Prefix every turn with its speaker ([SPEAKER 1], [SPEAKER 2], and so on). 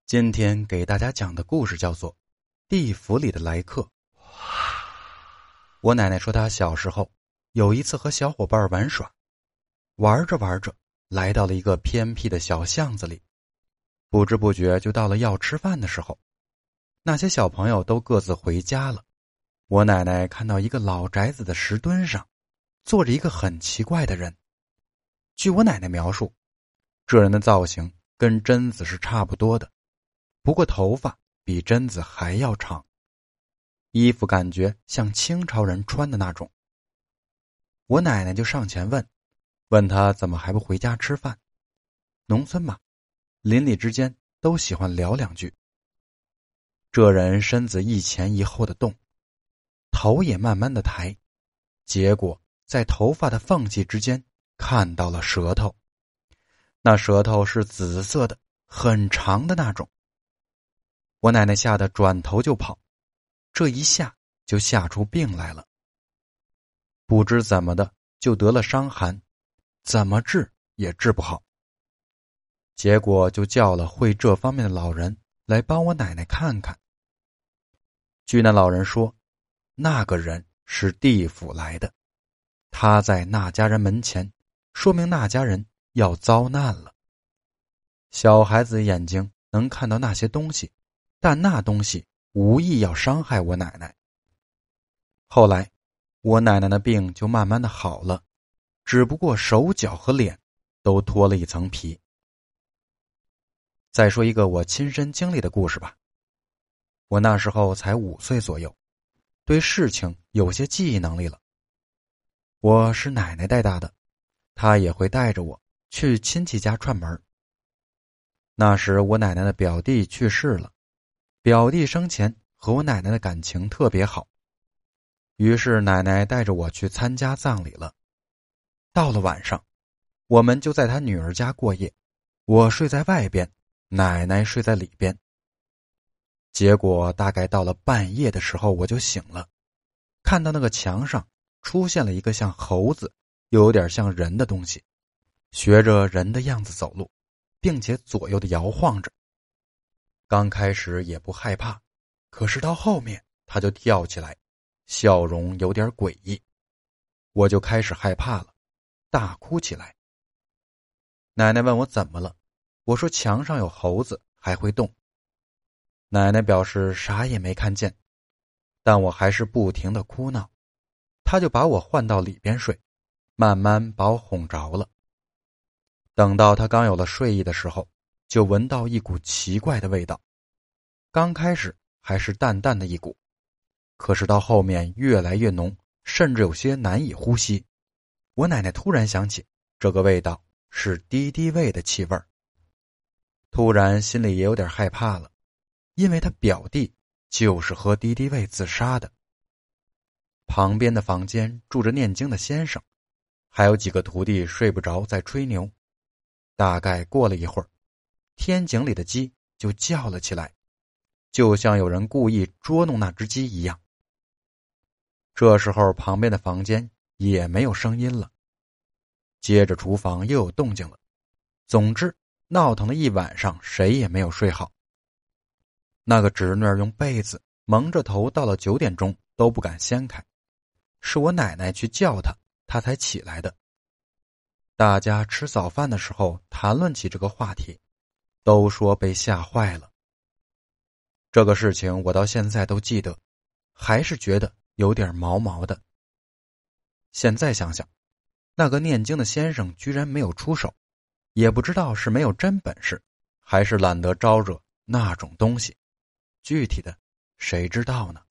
[SPEAKER 1] 今天给大家讲的故事叫做《地府里的来客》。我奶奶说，她小时候有一次和小伙伴玩耍，玩着玩着来到了一个偏僻的小巷子里，不知不觉就到了要吃饭的时候。那些小朋友都各自回家了，我奶奶看到一个老宅子的石墩上坐着一个很奇怪的人。据我奶奶描述，这人的造型跟贞子是差不多的，不过头发比贞子还要长，衣服感觉像清朝人穿的那种。我奶奶就上前问他怎么还不回家吃饭。农村嘛，邻里之间都喜欢聊两句。这人身子一前一后的动，头也慢慢的抬，结果在头发的缝隙之间看到了舌头，那舌头是紫色的，很长的那种。我奶奶吓得转头就跑，这一下就吓出病来了，不知怎么的就得了伤寒，怎么治也治不好。结果就叫了会这方面的老人来帮我奶奶看看。据那老人说，那个人是地府来的，他在那家人门前，说明那家人要遭难了。小孩子眼睛能看到那些东西，但那东西无意要伤害我奶奶。后来我奶奶的病就慢慢的好了，只不过手脚和脸都脱了一层皮。再说一个我亲身经历的故事吧。我那时候才5岁左右，对事情有些记忆能力了。我是奶奶带大的，她也会带着我去亲戚家串门。那时我奶奶的表弟去世了，表弟生前和我奶奶的感情特别好，于是奶奶带着我去参加葬礼了。到了晚上，我们就在她女儿家过夜，我睡在外边，奶奶睡在里边。结果大概到了半夜的时候我就醒了，看到那个墙上出现了一个像猴子又有点像人的东西，学着人的样子走路，并且左右的摇晃着。刚开始也不害怕，可是到后面他就跳起来，笑容有点诡异，我就开始害怕了，大哭起来。奶奶问我怎么了，我说墙上有猴子还会动。奶奶表示啥也没看见，但我还是不停的哭闹，她就把我换到里边睡，慢慢把我哄着了。等到她刚有了睡意的时候，就闻到一股奇怪的味道，刚开始还是淡淡的一股，可是到后面越来越浓，甚至有些难以呼吸。我奶奶突然想起这个味道是敌敌畏的气味，突然心里也有点害怕了，因为他表弟就是和敌敌畏自杀的。旁边的房间住着念经的先生，还有几个徒弟睡不着在吹牛。大概过了一会儿，天井里的鸡就叫了起来，就像有人故意捉弄那只鸡一样。这时候旁边的房间也没有声音了，接着厨房又有动静了。总之闹腾了一晚上，谁也没有睡好。那个侄女儿用被子蒙着头，到了9点钟都不敢掀开，是我奶奶去叫她，她才起来的。大家吃早饭的时候谈论起这个话题，都说被吓坏了。这个事情我到现在都记得，还是觉得有点毛毛的。现在想想，那个念经的先生居然没有出手，也不知道是没有真本事，还是懒得招惹那种东西，具体的谁知道呢？